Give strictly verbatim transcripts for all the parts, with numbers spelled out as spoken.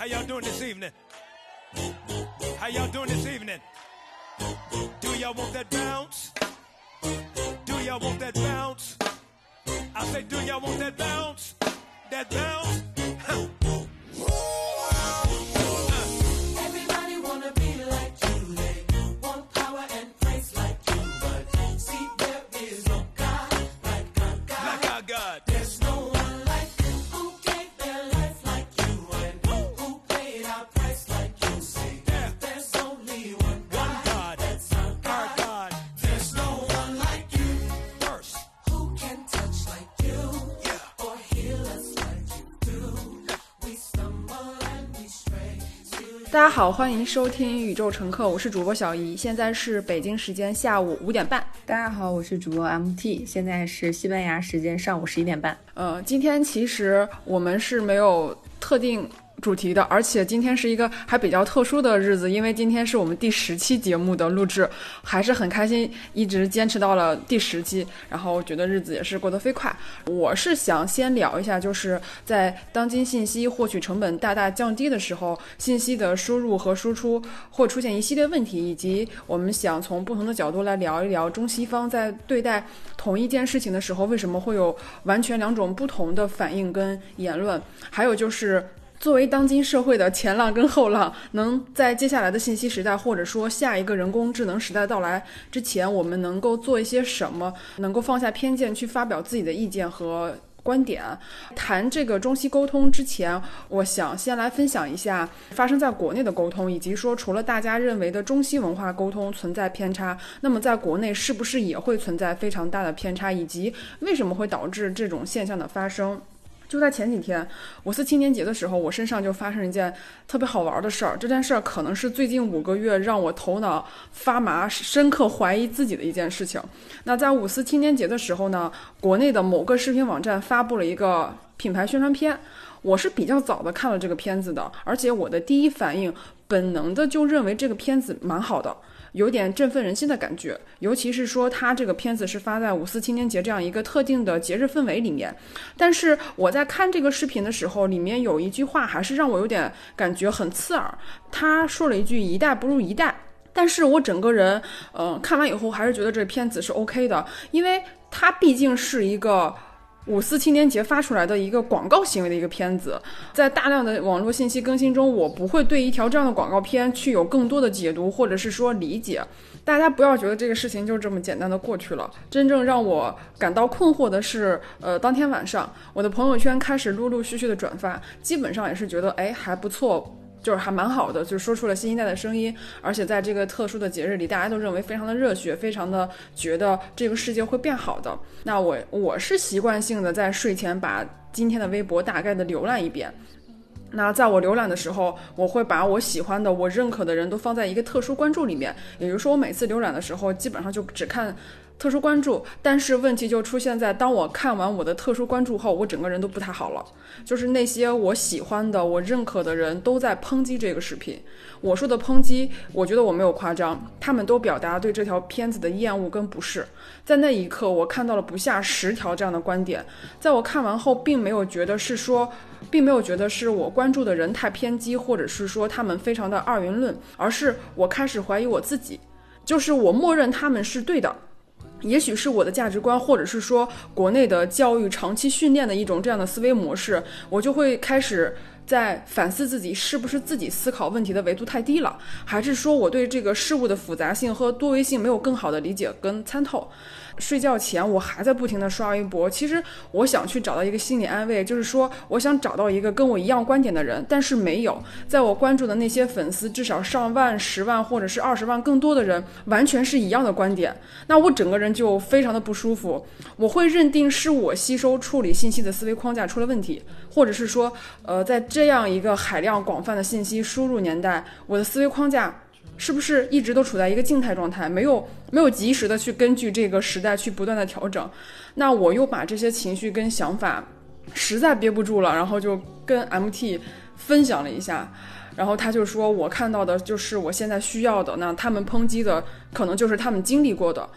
How y'all doing this evening? How y'all doing this evening? Do y'all want that bounce? Do y'all want that bounce? I say, do y'all want that bounce? That bounce? Huh. Everybody wanna be like you. They want power and praise like you. But see, there is no God like our God. Like our God. There's no one like you who gave their life like you and who paid our price like you. See, Yeah. there's only one God. One God. That's our Our God. God. There's no one like you First. who can touch like you Yeah. or heal us like you do. We stumble and we stray. Still 大家好，欢迎收听宇宙乘客，我是主播小姨，现在是北京时间下午五点半。 大家好，我是主播 M T， 现在是西班牙时间上午十一点半。 呃，今天其实我们是没有特定主题的，而且今天是一个还比较特殊的日子，因为今天是我们第十期节目的录制，还是很开心，一直坚持到了第十期，然后觉得日子也是过得飞快。我是想先聊一下，就是在当今信息获取成本大大降低的时候，信息的输入和输出会出现一系列问题，以及我们想从不同的角度来聊一聊中西方在对待同一件事情的时候，为什么会有完全两种不同的反应跟言论，还有就是作为当今社会的前浪跟后浪，能在接下来的信息时代，或者说下一个人工智能时代到来之前，我们能够做一些什么，能够放下偏见去发表自己的意见和观点。谈这个中西沟通之前，我想先来分享一下发生在国内的沟通，以及说除了大家认为的中西文化沟通存在偏差，那么在国内是不是也会存在非常大的偏差，以及为什么会导致这种现象的发生。就在前几天五四青年节的时候，我身上就发生一件特别好玩的事儿。这件事儿可能是最近五个月让我头脑发麻、深刻怀疑自己的一件事情。那在五四青年节的时候呢，国内的某个视频网站发布了一个品牌宣传片。我是比较早的看了这个片子的，而且我的第一反应本能的就认为这个片子蛮好的，有点振奋人心的感觉，尤其是说它这个片子是发在五四青年节这样一个特定的节日氛围里面。但是我在看这个视频的时候，里面有一句话还是让我有点感觉很刺耳。他说了一句一代不如一代，但是我整个人呃看完以后还是觉得这个片子是 OK 的，因为它毕竟是一个五四青年节发出来的一个广告行为的一个片子，在大量的网络信息更新中，我不会对一条这样的广告片去有更多的解读或者是说理解。大家不要觉得这个事情就这么简单的过去了。真正让我感到困惑的是，呃，当天晚上我的朋友圈开始陆陆续续的转发，基本上也是觉得哎还不错。就是还蛮好的，就是说出了新一代的声音，而且在这个特殊的节日里，大家都认为非常的热血，非常的觉得这个世界会变好的。那我我是习惯性的在睡前把今天的微博大概的浏览一遍。那在我浏览的时候，我会把我喜欢的、我认可的人都放在一个特殊关注里面，也就是说，我每次浏览的时候，基本上就只看特殊关注。但是问题就出现在当我看完我的特殊关注后，我整个人都不太好了，就是那些我喜欢的、我认可的人都在抨击这个视频。我说的抨击，我觉得我没有夸张，他们都表达对这条片子的厌恶跟不适。在那一刻，我看到了不下十条这样的观点。在我看完后，并没有觉得是说并没有觉得是我关注的人太偏激，或者是说他们非常的二元论，而是我开始怀疑我自己，就是我默认他们是对的。也许是我的价值观，或者是说国内的教育长期训练的一种这样的思维模式，我就会开始在反思自己是不是自己思考问题的维度太低了，还是说我对这个事物的复杂性和多维性没有更好的理解跟参透。睡觉前我还在不停的刷微博，其实我想去找到一个心理安慰，就是说我想找到一个跟我一样观点的人，但是没有。在我关注的那些粉丝至少上万、十万或者是二十万更多的人完全是一样的观点，那我整个人就非常的不舒服。我会认定是我吸收处理信息的思维框架出了问题，或者是说呃，在这样一个海量广泛的信息输入年代，我的思维框架是不是一直都处在一个静态状态，没有没有及时的去根据这个时代去不断的调整。那我又把这些情绪跟想法实在憋不住了，然后就跟 M T 分享了一下，然后他就说我看到的就是我现在需要的，那他们抨击的可能就是他们经历过的。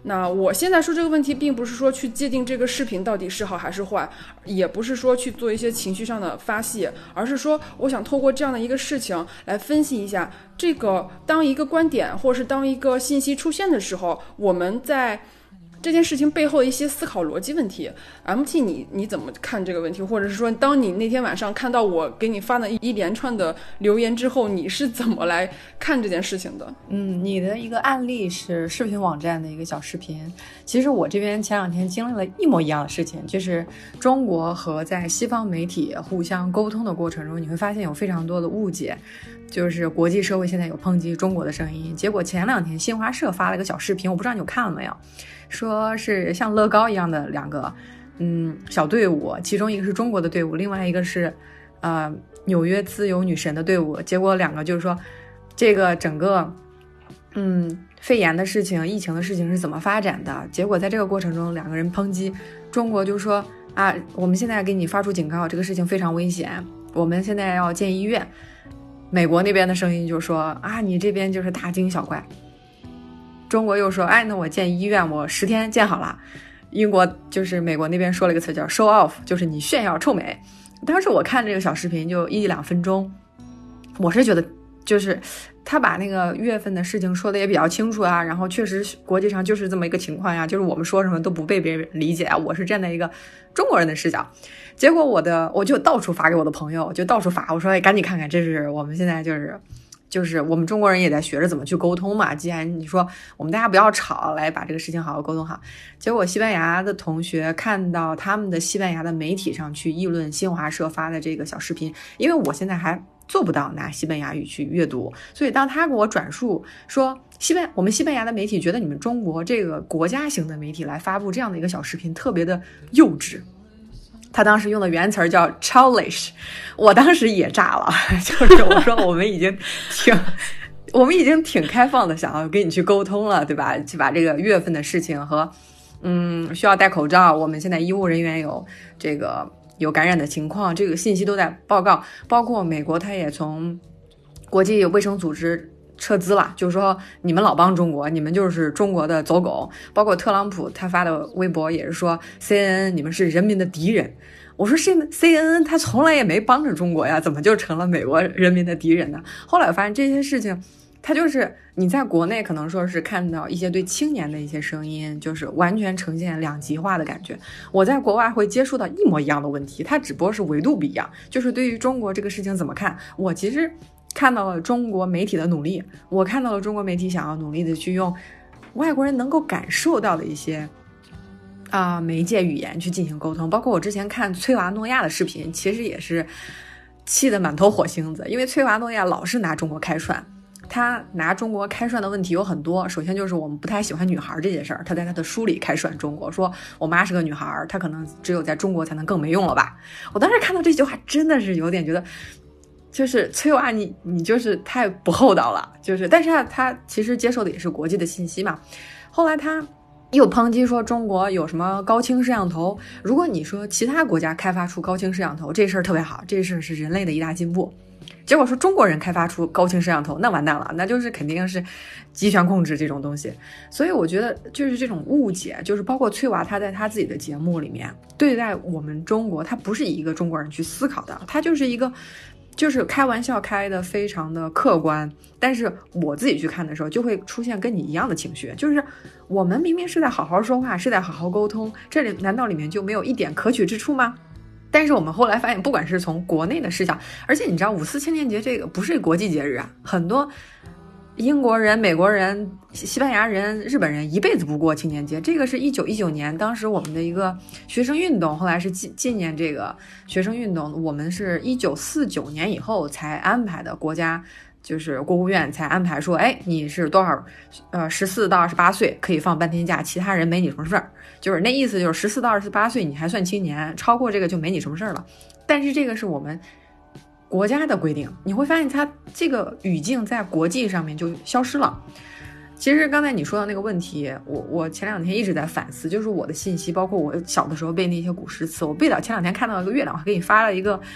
那我现在说这个问题，并不是说去界定这个视频到底是好还是坏，也不是说去做一些情绪上的发泄，而是说我想透过这样的一个事情来分析一下，这个当一个观点或是当一个信息出现的时候，我们在这件事情背后的一些思考逻辑问题。 M T 你你怎么看这个问题，或者是说当你那天晚上看到我给你发的一连串的留言之后，你是怎么来看这件事情的？ 嗯，你的一个案例是视频网站的一个小视频，其实我这边前两天经历了一模一样的事情，就是中国和在西方媒体互相沟通的过程中，你会发现有非常多的误解，就是国际社会现在有抨击中国的声音。结果前两天新华社发了一个小视频，我不知道你有看了没有，说是像乐高一样的两个嗯小队伍，其中一个是中国的队伍，另外一个是呃纽约自由女神的队伍。结果两个就是说这个整个嗯肺炎的事情疫情的事情是怎么发展的，结果在这个过程中两个人抨击中国，就说啊我们现在给你发出警告，这个事情非常危险，我们现在要建医院。美国那边的声音就说啊你这边就是大惊小怪，中国又说哎那我建医院我十天建好了。英国就是美国那边说了一个词叫 show off， 就是你炫耀臭美。当时我看这个小视频就一两分钟，我是觉得就是他把那个月份的事情说的也比较清楚啊，然后确实国际上就是这么一个情况呀，就是我们说什么都不被别人理解啊，我是站在一个中国人的视角。结果我的我就到处发给我的朋友，就到处发，我说哎赶紧看看，这是我们现在就是就是我们中国人也在学着怎么去沟通嘛，既然你说我们大家不要吵，来把这个事情好好沟通好。结果西班牙的同学看到他们的西班牙的媒体上去议论新华社发的这个小视频，因为我现在还做不到拿西班牙语去阅读，所以当他给我转述说西班我们西班牙的媒体觉得你们中国这个国家型的媒体来发布这样的一个小视频特别的幼稚，他当时用的原词叫 childish， 我当时也炸了，就是我说我们已经挺我们已经挺开放的想要跟你去沟通了，对吧，去把这个月份的事情和嗯需要戴口罩，我们现在医务人员有这个有感染的情况，这个信息都在报告，包括美国他也从国际卫生组织撤资了，就是说你们老帮中国，你们就是中国的走狗。包括特朗普他发的微博也是说 C N N 你们是人民的敌人。我说 C N N 他从来也没帮着中国呀，怎么就成了美国人民的敌人呢？后来我发现这些事情他就是你在国内可能说是看到一些对青年的一些声音，就是完全呈现两极化的感觉。我在国外会接触到一模一样的问题，它只不过是维度不一样。就是对于中国这个事情怎么看，我其实看到了中国媒体的努力，我看到了中国媒体想要努力的去用外国人能够感受到的一些啊、呃、媒介语言去进行沟通。包括我之前看崔娃诺亚的视频，其实也是气得满头火星子，因为崔娃诺亚老是拿中国开涮。他拿中国开涮的问题有很多，首先就是我们不太喜欢女孩这件事儿，他在他的书里开涮中国，说我妈是个女孩，她可能只有在中国才能更没用了吧。我当时看到这句话真的是有点觉得就是崔娃你你就是太不厚道了，就是但是他他其实接受的也是国际的信息嘛。后来他又抨击说中国有什么高清摄像头，如果你说其他国家开发出高清摄像头这事儿特别好，这事儿是人类的一大进步，结果说中国人开发出高清摄像头，那完蛋了，那就是肯定是集权控制这种东西。所以我觉得就是这种误解，就是包括崔娃他在他自己的节目里面对待我们中国，他不是以一个中国人去思考的，他就是一个就是开玩笑开的非常的客观，但是我自己去看的时候就会出现跟你一样的情绪，就是我们明明是在好好说话，是在好好沟通，这里难道里面就没有一点可取之处吗？但是我们后来发现，不管是从国内的视角，而且你知道五四青年节这个不是国际节日啊，很多英国人、美国人、西班牙人、日本人一辈子不过青年节，这个是一九一九年当时我们的一个学生运动，后来是纪纪念这个学生运动，我们是一九四九年以后才安排的，国家就是国务院才安排说，哎，你是多少呃十四到二十八岁可以放半天假，其他人没你什么事儿，就是那意思就是十四到二十八岁你还算青年，超过这个就没你什么事儿了。但是这个是我们国家的规定，你会发现它这个语境在国际上面就消失了。其实刚才你说的那个问题，我我前两天一直在反思，就是我的信息，包括我小的时候背那些古诗词，我背到前两天看到一个月亮，我还给你发了一个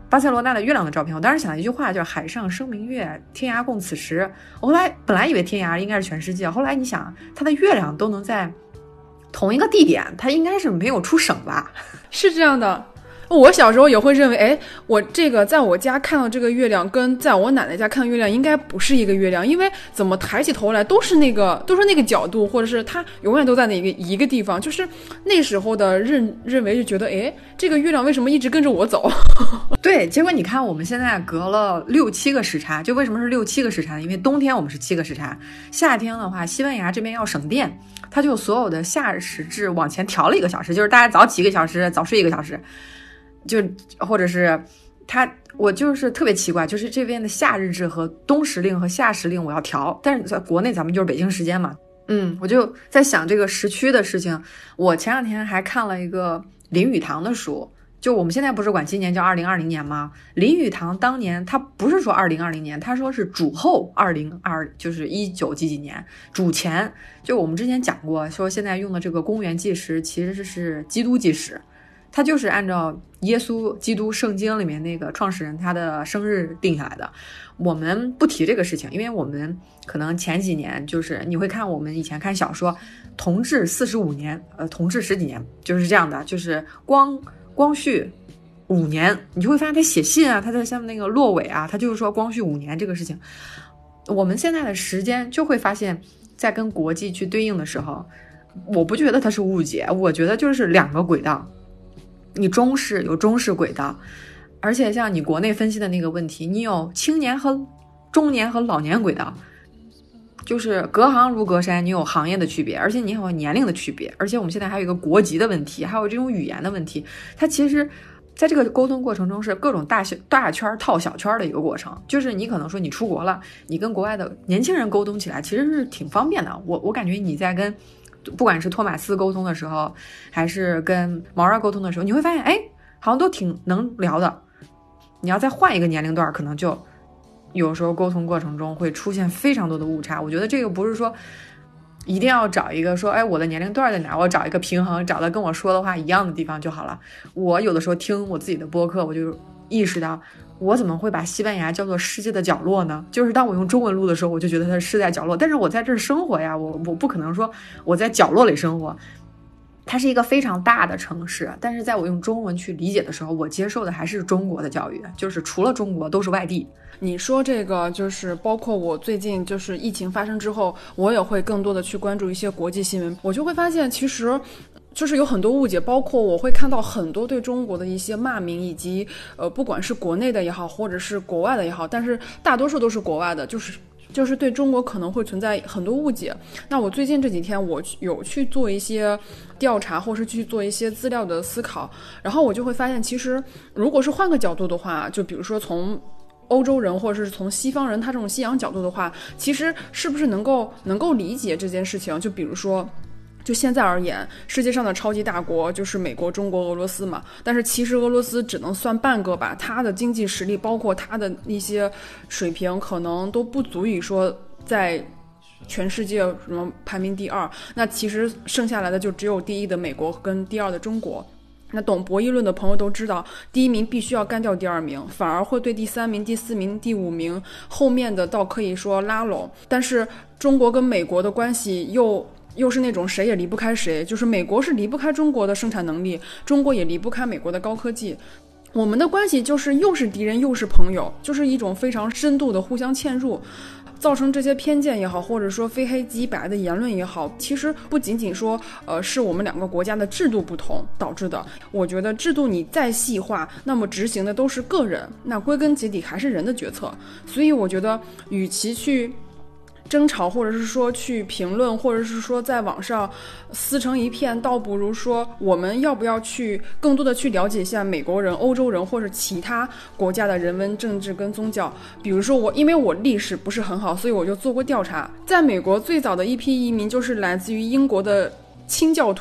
巴塞罗那的月亮的照片，我当时想了一句话，叫海上生明月，天涯共此时。我后来本来以为天涯应该是全世界，后来你想它的月亮都能在同一个地点，它应该是没有出省吧？ 是这样的。我小时候也会认为，哎，我这个在我家看到这个月亮跟在我奶奶家看月亮应该不是一个月亮，因为怎么抬起头来都是那个都是那个角度，或者是它永远都在那个一个地方，就是那时候的认认为就觉得，哎，这个月亮为什么一直跟着我走？ 对，结果你看我们现在隔了六七个时差，就为什么是六七个时差呢？因为冬天我们是七个时差，夏天的话，西班牙这边要省电，它就所有的夏时制往前调了一个小时，就是大家早起一个小时，早睡一个小时。就或者是他，我就是特别奇怪，就是这边的夏日制和冬时令和夏时令我要调，但是在国内咱们就是北京时间嘛，嗯，我就在想这个时区的事情。我前两天还看了一个林语堂的书，就我们现在不是管今年叫二零二零年吗？林语堂当年他不是说二零二零年，他说是主后二零二，就是一九几几年，主前。就我们之前讲过，说现在用的这个公元计时其实是基督计时。它就是按照耶稣基督圣经里面那个创始人他的生日定下来的。我们不提这个事情，因为我们可能前几年就是你会看我们以前看小说，同治四十五年，呃，同治十几年，就是这样的，就是光光绪五年，你就会发现他写信啊，他在像那个落尾啊，他就是说光绪五年这个事情。我们现在的时间就会发现，在跟国际去对应的时候，我不觉得它是误解，我觉得就是两个轨道。你中式有中式轨道，而且像你国内分析的那个问题，你有青年和中年和老年轨道，就是隔行如隔山，你有行业的区别，而且你还有年龄的区别，而且我们现在还有一个国籍的问题，还有这种语言的问题，它其实在这个沟通过程中是各种大小大圈套小圈的一个过程。就是你可能说你出国了，你跟国外的年轻人沟通起来其实是挺方便的。我我感觉你在跟不管是托马斯沟通的时候，还是跟毛儿沟通的时候，你会发现，哎，好像都挺能聊的。你要再换一个年龄段，可能就有时候沟通过程中会出现非常多的误差。我觉得这个不是说一定要找一个说，哎，我的年龄段在哪，我找一个平衡，找到跟我说的话一样的地方就好了。我有的时候听我自己的播客，我就意识到，我怎么会把西班牙叫做世界的角落呢？就是当我用中文录的时候，我就觉得它是世界角落，但是我在这儿生活呀，我我不可能说我在角落里生活。它是一个非常大的城市，但是在我用中文去理解的时候，我接受的还是中国的教育，就是除了中国都是外地。 你说这个就是包括我最近就是疫情发生之后，我也会更多的去关注一些国际新闻，我就会发现其实就是有很多误解，包括我会看到很多对中国的一些骂名，以及呃不管是国内的也好，或者是国外的也好，但是大多数都是国外的，就是就是对中国可能会存在很多误解。那我最近这几天我有去做一些调查，或是去做一些资料的思考，然后我就会发现，其实如果是换个角度的话，就比如说从欧洲人或者是从西方人他这种信仰角度的话，其实是不是能够能够理解这件事情？就比如说就现在而言，世界上的超级大国就是美国、中国、俄罗斯嘛，但是其实俄罗斯只能算半个吧，它的经济实力包括它的一些水平可能都不足以说在全世界什么排名第二，那其实剩下来的就只有第一的美国跟第二的中国。那懂博弈论的朋友都知道，第一名必须要干掉第二名，反而会对第三名、第四名、第五名后面的倒可以说拉拢。但是中国跟美国的关系又又是那种谁也离不开谁，就是美国是离不开中国的生产能力，中国也离不开美国的高科技。我们的关系就是又是敌人又是朋友，就是一种非常深度的互相嵌入，造成这些偏见也好，或者说非黑即白的言论也好，其实不仅仅说呃是我们两个国家的制度不同导致的。我觉得制度你再细化，那么执行的都是个人，那归根结底还是人的决策。所以我觉得与其去争吵，或者是说去评论，或者是说在网上撕成一片，倒不如说我们要不要去更多的去了解一下美国人、欧洲人或者其他国家的人文、政治跟宗教。比如说我因为我历史不是很好，所以我就做过调查，在美国最早的一批移民就是来自于英国的清教徒，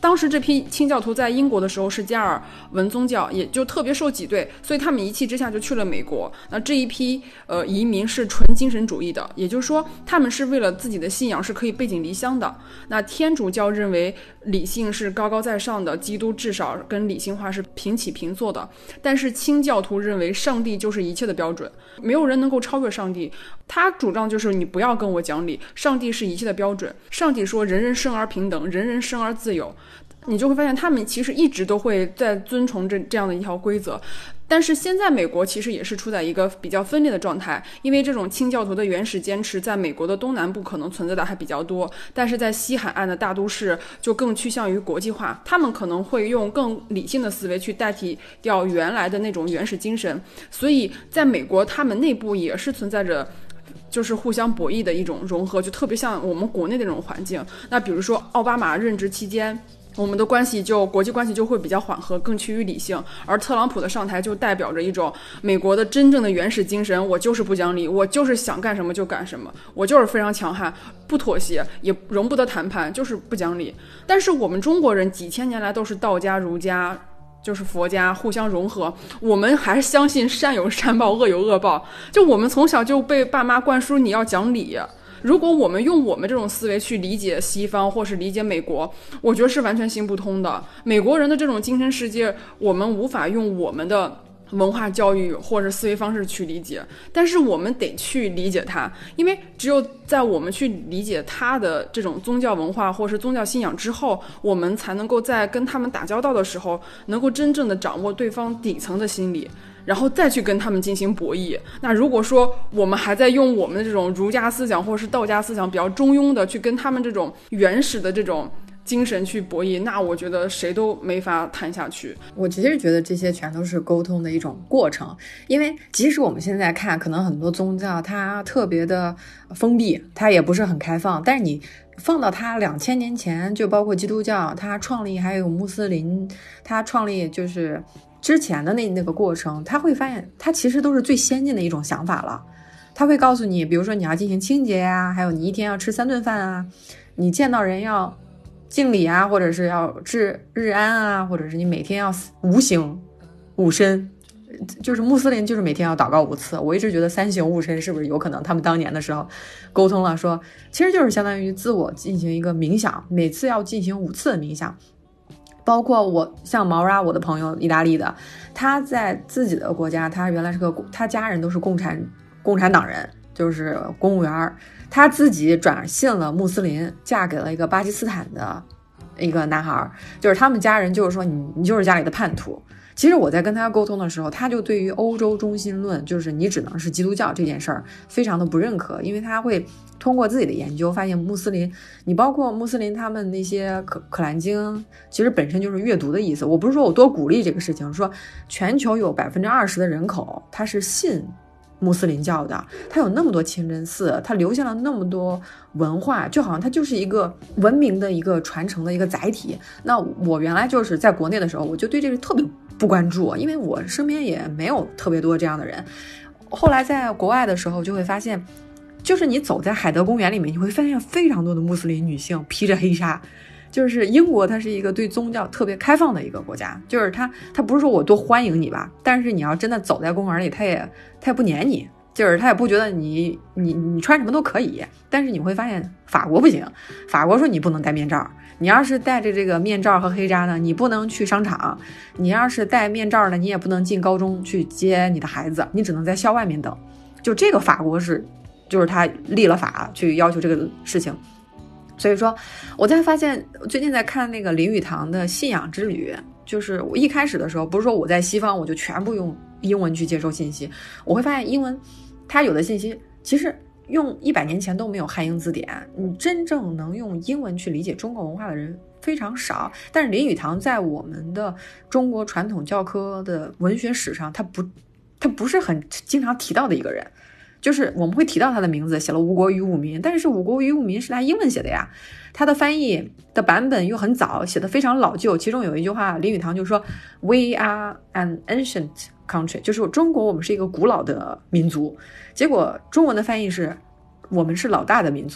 当时这批清教徒在英国的时候是加尔文宗教，也就特别受挤兑，所以他们一气之下就去了美国。那这一批呃移民是纯精神主义的，也就是说他们是为了自己的信仰是可以背井离乡的。那天主教认为理性是高高在上的，基督至少跟理性化是平起平坐的，但是清教徒认为上帝就是一切的标准，没有人能够超越上帝。他主张就是你不要跟我讲理，上帝是一切的标准。上帝说人人生而平等，人人生而自由。你就会发现他们其实一直都会在遵从这这样的一条规则。但是现在美国其实也是处在一个比较分裂的状态，因为这种清教徒的原始坚持在美国的东南部可能存在的还比较多，但是在西海岸的大都市就更趋向于国际化，他们可能会用更理性的思维去代替掉原来的那种原始精神。所以在美国他们内部也是存在着就是互相博弈的一种融合，就特别像我们国内的这种环境。那比如说奥巴马任职期间，我们的关系就国际关系就会比较缓和，更趋于理性，而特朗普的上台就代表着一种美国的真正的原始精神，我就是不讲理，我就是想干什么就干什么，我就是非常强悍，不妥协，也容不得谈判，就是不讲理。但是我们中国人几千年来都是道家儒家就是佛家互相融合，我们还是相信善有善报恶有恶报，就我们从小就被爸妈灌输你要讲理。如果我们用我们这种思维去理解西方或是理解美国，我觉得是完全行不通的。美国人的这种精神世界我们无法用我们的文化教育或者思维方式去理解，但是我们得去理解它，因为只有在我们去理解它的这种宗教文化或是宗教信仰之后，我们才能够在跟他们打交道的时候能够真正的掌握对方底层的心理，然后再去跟他们进行博弈。那如果说我们还在用我们的这种儒家思想或是道家思想比较中庸的去跟他们这种原始的这种精神去博弈，那我觉得谁都没法谈下去。 我其实觉得这些全都是沟通的一种过程，因为即使我们现在看可能很多宗教它特别的封闭，它也不是很开放，但是你放到它两千年前，就包括基督教它创立，还有穆斯林它创立，就是之前的那那个过程，他会发现它其实都是最先进的一种想法了。他会告诉你，比如说你要进行清洁啊，还有你一天要吃三顿饭啊，你见到人要敬礼啊，或者是要致日安啊，或者是你每天要无形无身，就是穆斯林就是每天要祷告五次。我一直觉得三省吾身是不是有可能他们当年的时候沟通了，说其实就是相当于自我进行一个冥想，每次要进行五次的冥想。包括我像毛拉，我的朋友意大利的，他在自己的国家，他原来是个他家人都是共产共产党人，就是公务员，他自己转信了穆斯林，嫁给了一个巴基斯坦的一个男孩，就是他们家人就是说你你就是家里的叛徒。其实我在跟他沟通的时候，他就对于欧洲中心论，就是你只能是基督教这件事儿非常的不认可，因为他会通过自己的研究发现穆斯林，你包括穆斯林他们那些可可兰经其实本身就是阅读的意思。我不是说我多鼓励这个事情，说全球有百分之二十的人口他是信穆斯林教的，他有那么多清真寺，他留下了那么多文化，就好像他就是一个文明的一个传承的一个载体。那我原来就是在国内的时候，我就对这个特别不关注，因为我身边也没有特别多这样的人。后来在国外的时候就会发现，就是你走在海德公园里面，你会发现非常多的穆斯林女性披着黑纱。就是英国它是一个对宗教特别开放的一个国家，就是它它不是说我多欢迎你吧，但是你要真的走在公园里，它也它也不撵你，就是它也不觉得你你你穿什么都可以。但是你会发现法国不行，法国说你不能戴面罩，你要是戴着这个面罩和黑纱呢，你不能去商场，你要是戴面罩呢，你也不能进高中去接你的孩子，你只能在校外面等。就这个法国是就是他立了法去要求这个事情。所以说我在发现最近在看那个林语堂的信仰之旅，就是我一开始的时候不是说我在西方我就全部用英文去接收信息，我会发现英文它有的信息其实用一百年前都没有汉英字典，你真正能用英文去理解中国文化的人非常少。但是林语堂在我们的中国传统教科的文学史上，他不他不是很经常提到的一个人，就是我们会提到他的名字，写了《吴国与武民》，但是《吴国与武民》是他英文写的呀，他的翻译的版本又很早，写的非常老旧。其中有一句话，林语堂就说 We are an ancient country， 就是中国我们是一个古老的民族。结果中文的翻译是我们是老大的民族，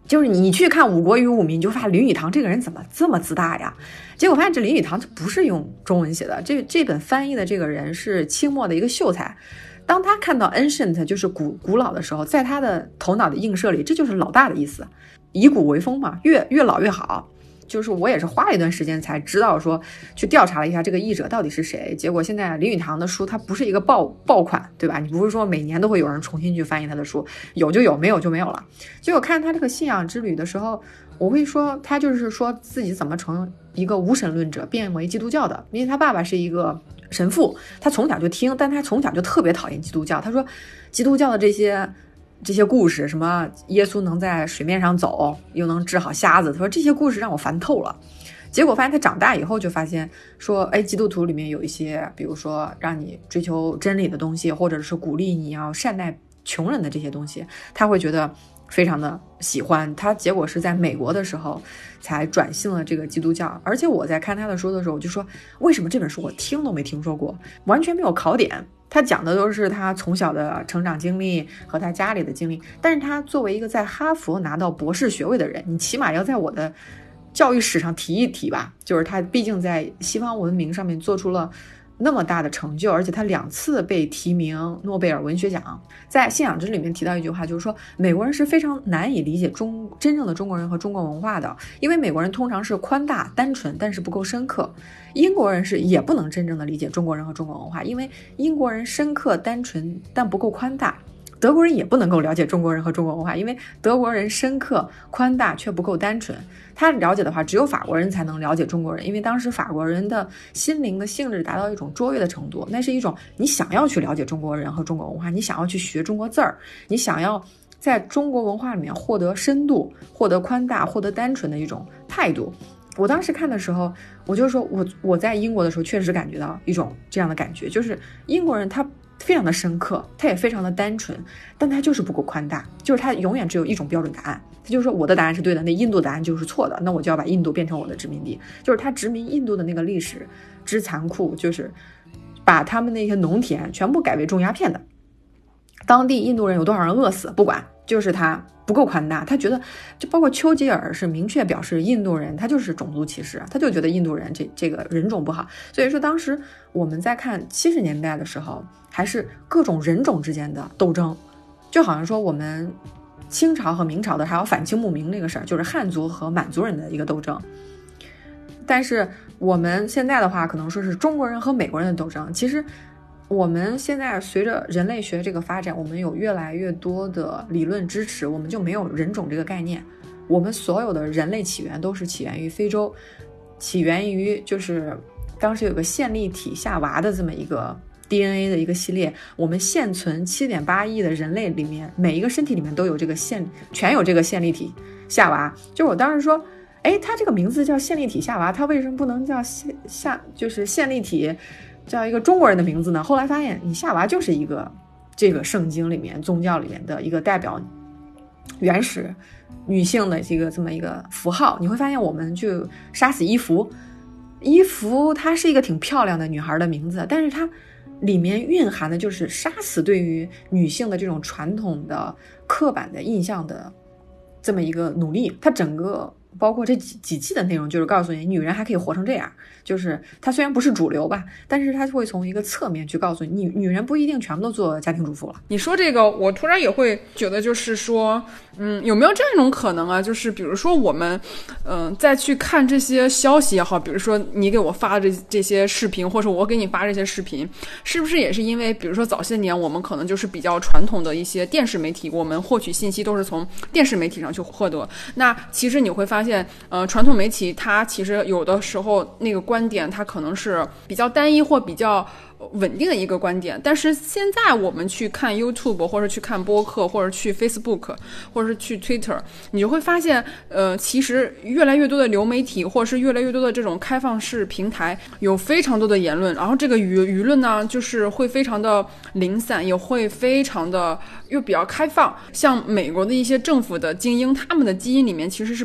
就是你去看《五国与五民》，你就发现林语堂这个人怎么这么自大呀？结果发现这林语堂不是用中文写的，这这本翻译的这个人是清末的一个秀才。当他看到 ancient 就是古古老的时候，在他的头脑的映射里，这就是老大的意思，以古为风嘛，越越老越好。就是我也是花了一段时间才知道说，去调查了一下这个译者到底是谁。结果现在林语堂的书它不是一个爆爆款，对吧？你不是说每年都会有人重新去翻译他的书，有就有，没有就没有了。结果看他这个信仰之旅的时候，我会说他就是说自己怎么从一个无神论者变为基督教的，因为他爸爸是一个神父，他从小就听，但他从小就特别讨厌基督教。他说基督教的这些这些故事，什么耶稣能在水面上走，又能治好瞎子，他说这些故事让我烦透了。结果发现他长大以后就发现说，哎，基督徒里面有一些，比如说让你追求真理的东西，或者是鼓励你要善待穷人的这些东西，他会觉得非常的喜欢。他结果是在美国的时候才转信了这个基督教。而且我在看他的书的时候，我就说为什么这本书我听都没听说过，完全没有考点。他讲的都是他从小的成长经历和他家里的经历，但是他作为一个在哈佛拿到博士学位的人，你起码要在我的教育史上提一提吧。就是他毕竟在西方文明上面做出了那么大的成就，而且他两次被提名诺贝尔文学奖。在信仰之里面提到一句话，就是说美国人是非常难以理解中真正的中国人和中国文化的，因为美国人通常是宽大单纯，但是不够深刻。英国人是也不能真正的理解中国人和中国文化，因为英国人深刻单纯但不够宽大。德国人也不能够了解中国人和中国文化，因为德国人深刻宽大却不够单纯。他了解的话，只有法国人才能了解中国人，因为当时法国人的心灵的性质达到一种卓越的程度，那是一种你想要去了解中国人和中国文化，你想要去学中国字儿，你想要在中国文化里面获得深度、获得宽大、获得单纯的一种态度。我当时看的时候，我就说我我在英国的时候确实感觉到一种这样的感觉，就是英国人他非常的深刻，他也非常的单纯，但他就是不够宽大，就是他永远只有一种标准答案，他就是说我的答案是对的，那印度答案就是错的，那我就要把印度变成我的殖民地。就是他殖民印度的那个历史之残酷，就是把他们那些农田全部改为种鸦片的，当地印度人有多少人饿死不管，就是他不够宽大。他觉得就包括丘吉尔是明确表示印度人他就是种族歧视，他就觉得印度人这这个人种不好。所以说当时我们在看七十年代的时候，还是各种人种之间的斗争，就好像说我们清朝和明朝的还有反清牧民那个事儿，就是汉族和满族人的一个斗争。但是我们现在的话可能说是中国人和美国人的斗争。其实我们现在随着人类学这个发展，我们有越来越多的理论支持，我们就没有人种这个概念。我们所有的人类起源都是起源于非洲，起源于就是当时有个线粒体夏娃的这么一个 D N A 的一个系列。我们现存 七点八亿的人类里面，每一个身体里面都有这个线，全有这个线粒体夏娃。就是我当时说哎，它这个名字叫线粒体夏娃，它为什么不能叫夏就是线粒体叫一个中国人的名字呢？后来发现你夏娃就是一个这个圣经里面宗教里面的一个代表原始女性的这个这么一个符号。你会发现我们就杀死伊芙，伊芙她是一个挺漂亮的女孩的名字，但是她里面蕴含的就是杀死对于女性的这种传统的刻板的印象的这么一个努力。她整个包括这几几季的内容就是告诉你女人还可以活成这样，就是她虽然不是主流吧，但是她会从一个侧面去告诉你，女女人不一定全部都做家庭主妇了。 你说这个我突然也会觉得就是说嗯，有没有这样一种可能啊，就是比如说我们嗯、呃，再去看这些消息也好，比如说你给我发的这这些视频，或者我给你发这些视频，是不是也是因为比如说早些年我们可能就是比较传统的一些电视媒体，我们获取信息都是从电视媒体上去获得，那其实你会发现呃，传统媒体它其实有的时候那个观点它可能是比较单一或比较稳定的一个观点，但是现在我们去看 YouTube 或者去看播客或者去 Facebook 或者是去 Twitter， 你就会发现呃，其实越来越多的流媒体或者是越来越多的这种开放式平台有非常多的言论，然后这个舆舆论呢就是会非常的零散，也会非常的又比较开放。像美国的一些政府的精英，他们的基因里面其实是比较偏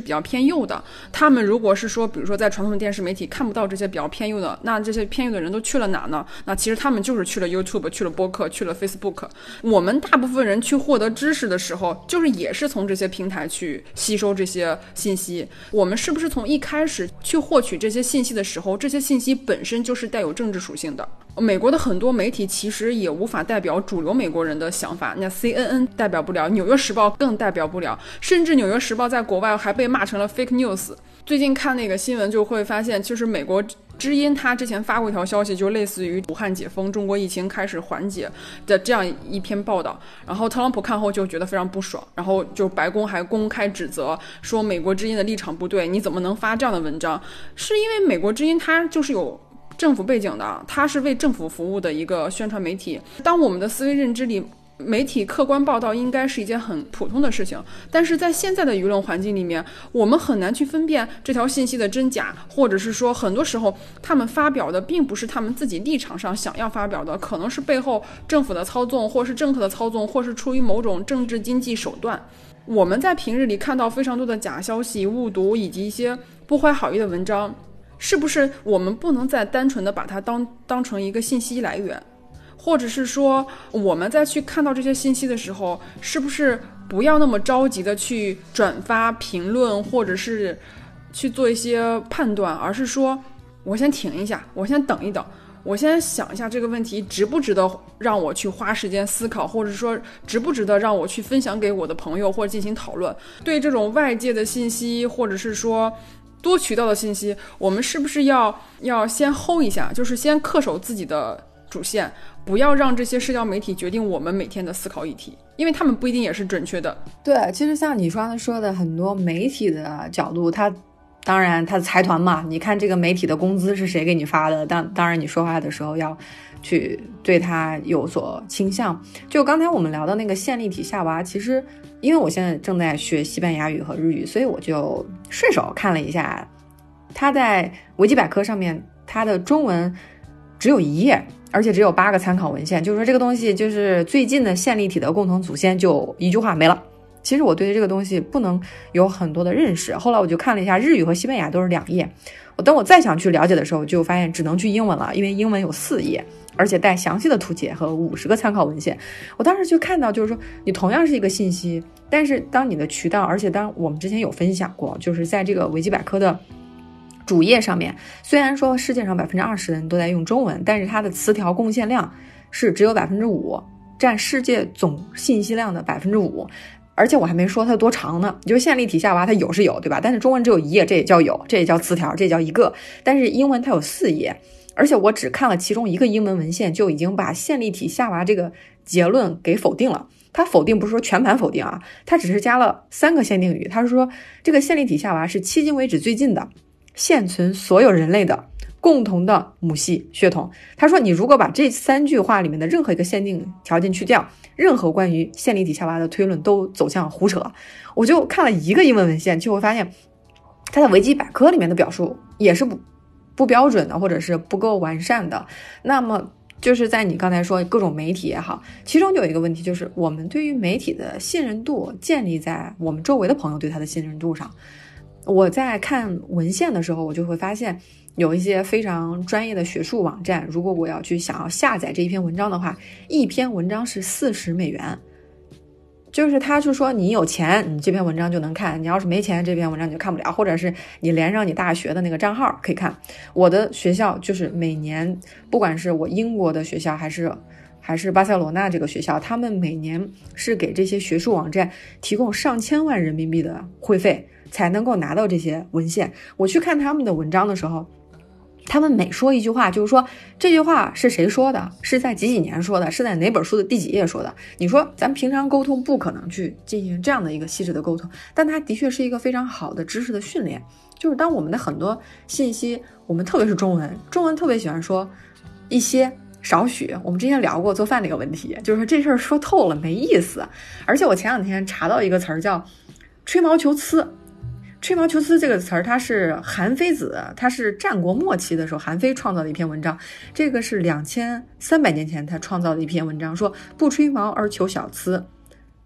偏右的。他们如果是说比如说在传统电视媒体看不到这些比较偏右的，那这些偏右的人都去了哪呢？那其实他们就是去了 YouTube， 去了播客，去了 Facebook。 我们大部分人去获得知识的时候，就是也是从这些平台去吸收这些信息。我们是不是从一开始去获取这些信息的时候，这些信息本身就是带有政治属性的？美国的很多媒体其实也无法代表主流美国人的想法，那 C N N 代表不了，纽约时报更代表不了，甚至纽约时报在国外还被骂成了 fake news。 最近看那个新闻就会发现，就是美国知音他之前发过一条消息，就类似于武汉解封，中国疫情开始缓解的这样一篇报道，然后特朗普看后就觉得非常不爽，然后就白宫还公开指责说美国之音的立场不对，你怎么能发这样的文章？是因为美国之音它就是有政府背景的，它是为政府服务的一个宣传媒体。当我们的思维认知里，媒体客观报道应该是一件很普通的事情，但是在现在的舆论环境里面，我们很难去分辨这条信息的真假，或者是说很多时候他们发表的并不是他们自己立场上想要发表的，可能是背后政府的操纵，或是政客的操纵，或是出于某种政治经济手段。我们在平日里看到非常多的假消息、误读以及一些不怀好意的文章，是不是我们不能再单纯的把它当当成一个信息来源？或者是说我们在去看到这些信息的时候，是不是不要那么着急的去转发评论，或者是去做一些判断，而是说我先停一下，我先等一等，我先想一下这个问题值不值得让我去花时间思考，或者说值不值得让我去分享给我的朋友或者进行讨论。对这种外界的信息，或者是说多渠道的信息，我们是不是要要先 hold 一下，就是先恪守自己的主线，不要让这些社交媒体决定我们每天的思考议题，因为他们不一定也是准确的。 对，其实像你刚才说的，很多媒体的角度，它当然它的财团嘛，你看这个媒体的工资是谁给你发的，当当然你说话的时候要去对它有所倾向。就刚才我们聊的那个线粒体夏娃，其实因为我现在正在学西班牙语和日语，所以我就顺手看了一下，它在维基百科上面它的中文只有一页，而且只有八个参考文献，就是说这个东西就是最近的线粒体的共同祖先，就一句话没了。其实我对这个东西不能有很多的认识，后来我就看了一下日语和西班牙都是两页，我等我再想去了解的时候，就发现只能去英文了，因为英文有四页，而且带详细的图解和五十个参考文献。我当时就看到，就是说你同样是一个信息，但是当你的渠道，而且当我们之前有分享过，就是在这个维基百科的主页上面，虽然说世界上百分之二十的人都在用中文，但是它的词条贡献量是只有百分之五，占世界总信息量的百分之五。而且我还没说它多长呢，就是线粒体夏娃它有是有，对吧？但是中文只有一页，这也叫有，这也叫词条，这也叫一个。但是英文它有四页，而且我只看了其中一个英文文献，就已经把线粒体夏娃这个结论给否定了。它否定不是说全盘否定啊，它只是加了三个限定语。它是说这个线粒体夏娃是迄今为止最近的现存所有人类的共同的母系血统。他说你如果把这三句话里面的任何一个限定条件去掉，任何关于线粒体夏娃的推论都走向胡扯。我就看了一个英文文献，就会发现它在维基百科里面的表述也是不不标准的，或者是不够完善的。那么就是在你刚才说各种媒体也好，其中就有一个问题，就是我们对于媒体的信任度建立在我们周围的朋友对它的信任度上。我在看文献的时候，我就会发现有一些非常专业的学术网站，如果我要去想要下载这一篇文章的话，一篇文章是四十美元，就是他就说你有钱你这篇文章就能看，你要是没钱这篇文章你就看不了，或者是你连上你大学的那个账号可以看。我的学校就是每年，不管是我英国的学校还是还是巴塞罗那这个学校，他们每年是给这些学术网站提供上千万人民币的会费才能够拿到这些文献。我去看他们的文章的时候，他们每说一句话，就是说这句话是谁说的，是在几几年说的，是在哪本书的第几页说的。你说咱平常沟通不可能去进行这样的一个细致的沟通，但它的确是一个非常好的知识的训练。就是当我们的很多信息，我们特别是中文中文特别喜欢说一些少许，我们之前聊过做饭那个问题，就是说这事儿说透了没意思。而且我前两天查到一个词儿叫吹毛求疵，吹毛求疵这个词儿，它是韩非子，它是战国末期的时候韩非创造的一篇文章，这个是两千三百年前他创造的一篇文章，说不吹毛而求小疵，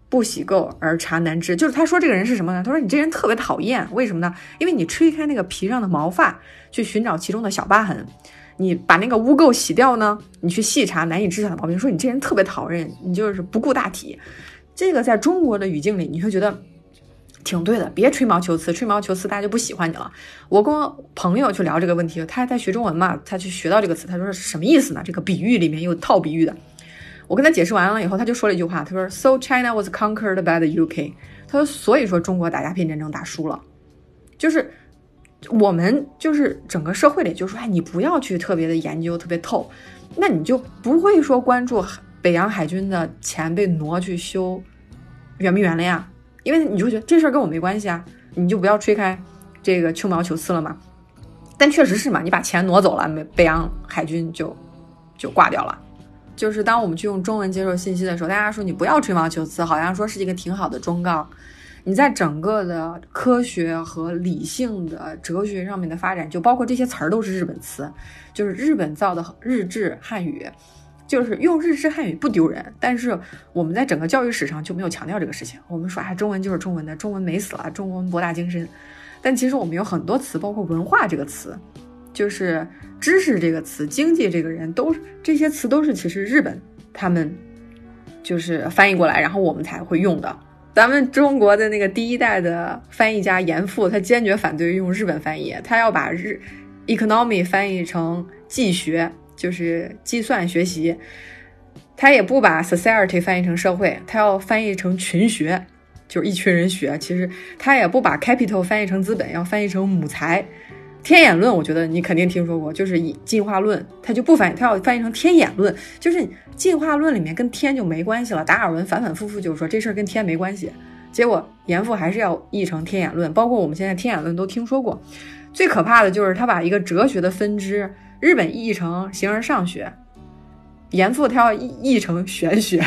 不喜垢而茶难知，就是他说这个人是什么呢？他说你这人特别讨厌，为什么呢？因为你吹开那个皮上的毛发去寻找其中的小疤痕，你把那个污垢洗掉呢，你去细查难以知晓的毛病，说你这人特别讨厌，你就是不顾大体。这个在中国的语境里你会觉得挺对的，别吹毛求疵，吹毛求疵大家就不喜欢你了。我跟我朋友去聊这个问题，他在学中文嘛，他去学到这个词，他说是什么意思呢？这个比喻里面有套比喻的。我跟他解释完了以后，他就说了一句话，他说 So China was conquered by the U K。 他说所以说中国打鸦片战争打输了，就是我们就是整个社会里就说，哎，你不要去特别的研究特别透，那你就不会说关注北洋海军的钱被挪去修圆明园了呀，因为你就觉得这事儿跟我没关系啊，你就不要吹开这个吹毛求疵了嘛。但确实是嘛，你把钱挪走了，北洋海军就就挂掉了。就是当我们去用中文接受信息的时候，大家说你不要吹毛求疵，好像说是一个挺好的忠告。你在整个的科学和理性的哲学上面的发展，就包括这些词儿都是日本词，就是日本造的日治汉语，就是用日治汉语不丢人，但是我们在整个教育史上就没有强调这个事情。我们说哎，中文就是中文的，中文美死了，中文博大精深。但其实我们有很多词，包括文化这个词，就是知识这个词，经济这个人，都是这些词都是其实日本他们就是翻译过来，然后我们才会用的。咱们中国的那个第一代的翻译家严复，他坚决反对用日本翻译，他要把日 economy 翻译成计学，就是计算学习，他也不把 society 翻译成社会，他要翻译成群学，就是一群人学。其实他也不把 capital 翻译成资本，要翻译成母财。天演论我觉得你肯定听说过，就是以进化论，他就不翻译，他要翻译成天演论，就是进化论里面跟天就没关系了。达尔文反反复复就说这事儿跟天没关系，结果严复还是要译成天演论，包括我们现在天演论都听说过。最可怕的就是他把一个哲学的分支，日本译成形而上学，严复他要译成玄学。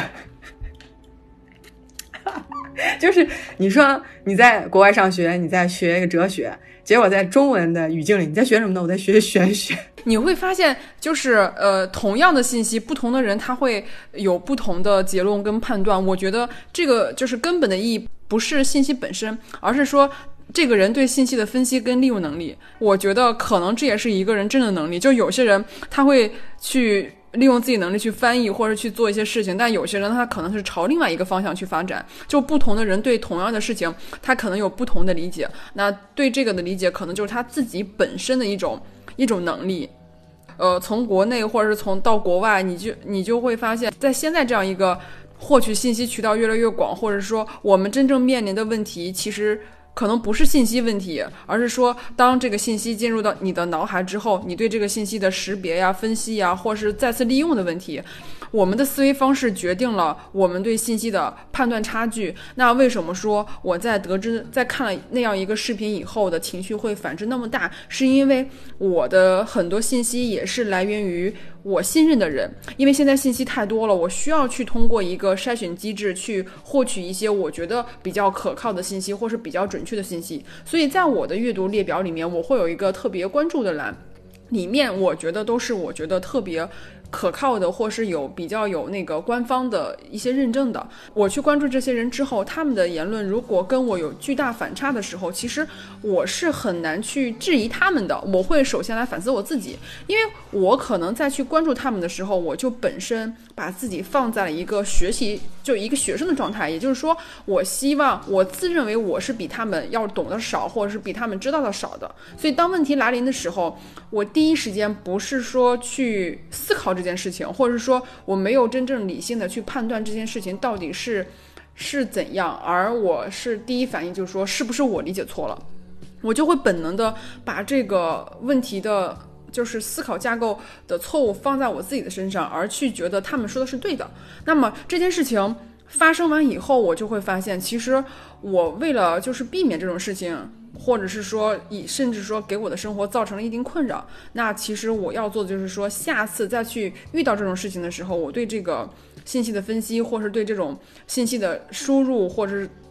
就是你说你在国外上学，你在学一个哲学，结果在中文的语境里你在学什么呢？我在学玄学。 你会发现就是呃，同样的信息，不同的人他会有不同的结论跟判断。我觉得这个就是根本的意义不是信息本身，而是说这个人对信息的分析跟利用能力。我觉得可能这也是一个人真的能力，就有些人他会去利用自己能力去翻译或者去做一些事情，但有些人他可能是朝另外一个方向去发展。就不同的人对同样的事情他可能有不同的理解，那对这个的理解可能就是他自己本身的一种一种能力。呃，从国内或者是从到国外，你就你就会发现在现在这样一个获取信息渠道越来越广，或者说我们真正面临的问题其实可能不是信息问题，而是说当这个信息进入到你的脑海之后，你对这个信息的识别呀、分析呀，或是再次利用的问题。我们的思维方式决定了我们对信息的判断差距。那为什么说我在得知在看了那样一个视频以后的情绪会反制那么大，是因为我的很多信息也是来源于我信任的人。因为现在信息太多了，我需要去通过一个筛选机制去获取一些我觉得比较可靠的信息，或是比较准确的信息。所以在我的阅读列表里面，我会有一个特别关注的栏，里面我觉得都是我觉得特别可靠的，或是有比较有那个官方的一些认证的。我去关注这些人之后，他们的言论如果跟我有巨大反差的时候，其实我是很难去质疑他们的。我会首先来反思我自己，因为我可能在去关注他们的时候，我就本身把自己放在了一个学习就一个学生的状态，也就是说我希望我自认为我是比他们要懂得少，或者是比他们知道的少的。所以当问题来临的时候，我第一时间不是说去思考这件事情，或者是说我没有真正理性的去判断这件事情到底是是怎样，而我是第一反应就是说是不是我理解错了，我就会本能的把这个问题的就是思考架构的错误放在我自己的身上，而去觉得他们说的是对的。那么这件事情发生完以后，我就会发现其实我为了就是避免这种事情，或者是说以甚至说给我的生活造成了一定困扰，那其实我要做的就是说下次再去遇到这种事情的时候，我对这个信息的分析，或是对这种信息的输入，或者是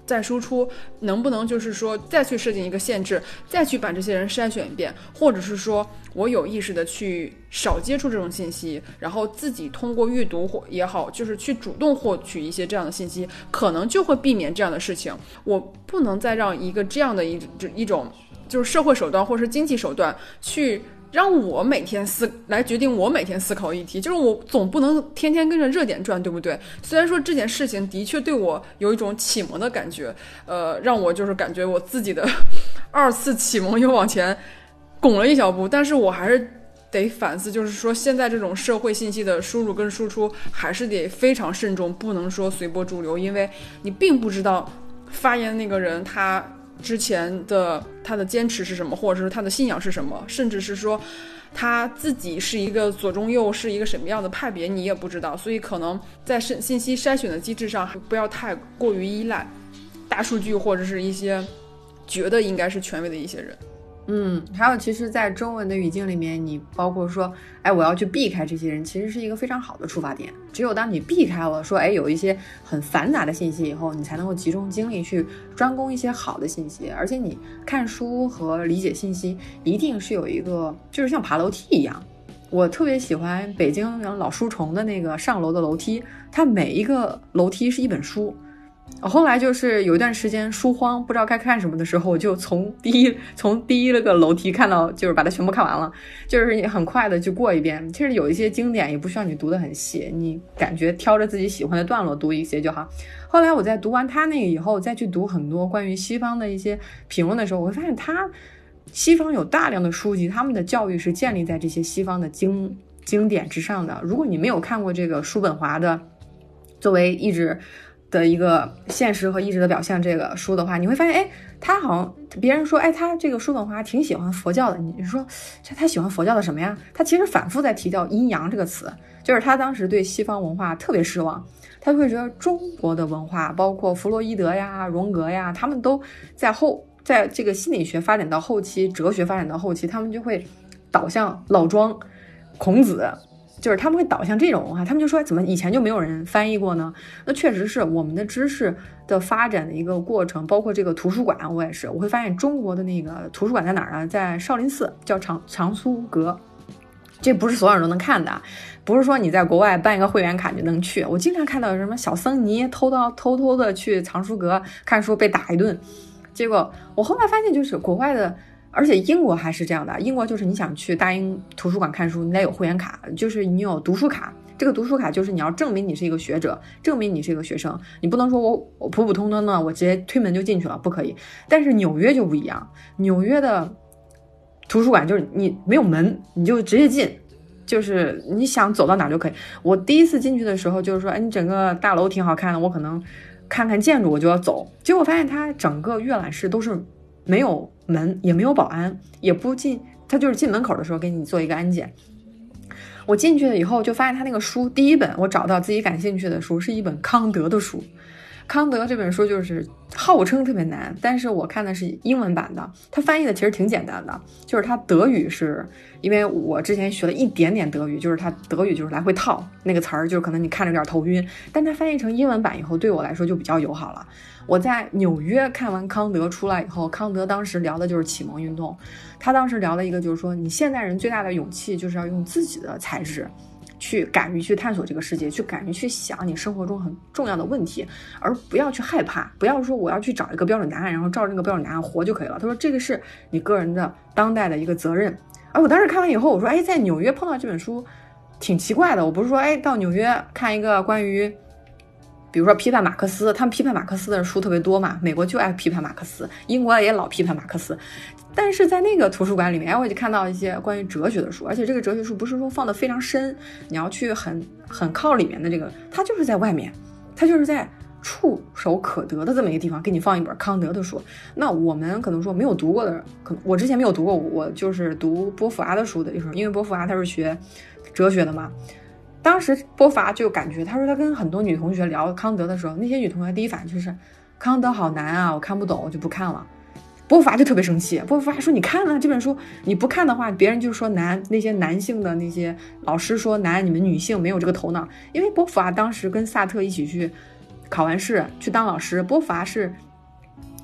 再输出，能不能就是说再去设定一个限制，再去把这些人筛选一遍，或者是说我有意识的去少接触这种信息，然后自己通过阅读或也好，就是去主动获取一些这样的信息，可能就会避免这样的事情。我不能再让一个这样的一一种就是社会手段或是经济手段去让我每天思来决定我每天思考议题，就是我总不能天天跟着热点转，对不对？虽然说这件事情的确对我有一种启蒙的感觉，呃，让我就是感觉我自己的二次启蒙又往前拱了一小步，但是我还是得反思，就是说现在这种社会信息的输入跟输出还是得非常慎重，不能说随波逐流，因为你并不知道发言那个人他之前的他的坚持是什么，或者是他的信仰是什么，甚至是说他自己是一个左中右是一个什么样的派别你也不知道，所以可能在信息筛选的机制上不要太过于依赖大数据或者是一些觉得应该是权威的一些人。 嗯，还有其实在中文的语境里面，你包括说哎，我要去避开这些人，其实是一个非常好的出发点。只有当你避开了说哎，有一些很繁杂的信息以后，你才能够集中精力去专攻一些好的信息。而且你看书和理解信息一定是有一个就是像爬楼梯一样，我特别喜欢北京老书虫的那个上楼的楼梯，它每一个楼梯是一本书。我后来就是有一段时间书荒，不知道该看什么的时候，我就从第一从第一个楼梯看到，就是把它全部看完了，就是你很快的去过一遍。其实有一些经典也不需要你读得很细，你感觉挑着自己喜欢的段落读一些就好。后来我在读完他那个以后，再去读很多关于西方的一些评论的时候，我会发现他西方有大量的书籍，他们的教育是建立在这些西方的经经典之上的。如果你没有看过这个叔本华的作为意志的一个现实和意志的表现这个书的话，你会发现哎，他好像别人说哎，他这个叔本华挺喜欢佛教的，你说他喜欢佛教的什么呀？他其实反复在提到阴阳这个词，就是他当时对西方文化特别失望，他会觉得中国的文化包括弗洛伊德呀荣格呀，他们都在后在这个心理学发展到后期，哲学发展到后期，他们就会导向老庄孔子，就是他们会导向这种文化，他们就说怎么以前就没有人翻译过呢？那确实是我们的知识的发展的一个过程，包括这个图书馆，我也是，我会发现中国的那个图书馆在哪儿呢？在少林寺，叫长长苏阁。这不是所有人都能看的，不是说你在国外办一个会员卡就能去。我经常看到什么小僧尼偷到偷偷的去藏书阁看书被打一顿，结果我后来发现就是国外的。而且英国还是这样的，英国就是你想去大英图书馆看书，你得有会员卡，就是你有读书卡。这个读书卡就是你要证明你是一个学者，证明你是一个学生，你不能说我我普普通通的我直接推门就进去了，不可以。但是纽约就不一样，纽约的图书馆就是你没有门，你就直接进，就是你想走到哪就可以。我第一次进去的时候就是说，哎，你整个大楼挺好看的，我可能看看建筑我就要走，结果发现它整个阅览室都是没有门，也没有保安，也不进，他就是进门口的时候给你做一个安检。我进去了以后就发现他那个书，第一本我找到自己感兴趣的书是一本康德的书。康德这本书就是号称特别难，但是我看的是英文版的，它翻译的其实挺简单的，就是它德语是，因为我之前学了一点点德语，就是它德语就是来回套那个词儿，就是可能你看着有点头晕，但它翻译成英文版以后对我来说就比较友好了。我在纽约看完康德出来以后，康德当时聊的就是启蒙运动，他当时聊了一个就是说，你现代人最大的勇气就是要用自己的才智去敢于去探索这个世界，去敢于去想你生活中很重要的问题，而不要去害怕，不要说我要去找一个标准答案，然后照着那个标准答案活就可以了。他说这个是你个人的当代的一个责任。而我当时看完以后，我说哎，在纽约碰到这本书挺奇怪的。我不是说哎到纽约看一个关于比如说批判马克思，他们批判马克思的书特别多嘛，美国就爱批判马克思，英国也老批判马克思。但是在那个图书馆里面，我就看到一些关于哲学的书，而且这个哲学书不是说放得非常深，你要去很很靠里面的这个，它就是在外面，它就是在触手可得的这么一个地方给你放一本康德的书。那我们可能说没有读过的，可能我之前没有读过，我就是读波伏娃的书的时候，因为波伏娃他是学哲学的嘛。当时波伏娃就感觉，他说他跟很多女同学聊康德的时候，那些女同学第一反应就是康德好难啊，我看不懂，我就不看了。波伏娃就特别生气，波伏娃说你看了这本书，你不看的话别人就说难，那些男性的那些老师说难，你们女性没有这个头脑。因为波伏娃当时跟萨特一起去考完试去当老师，波伏娃是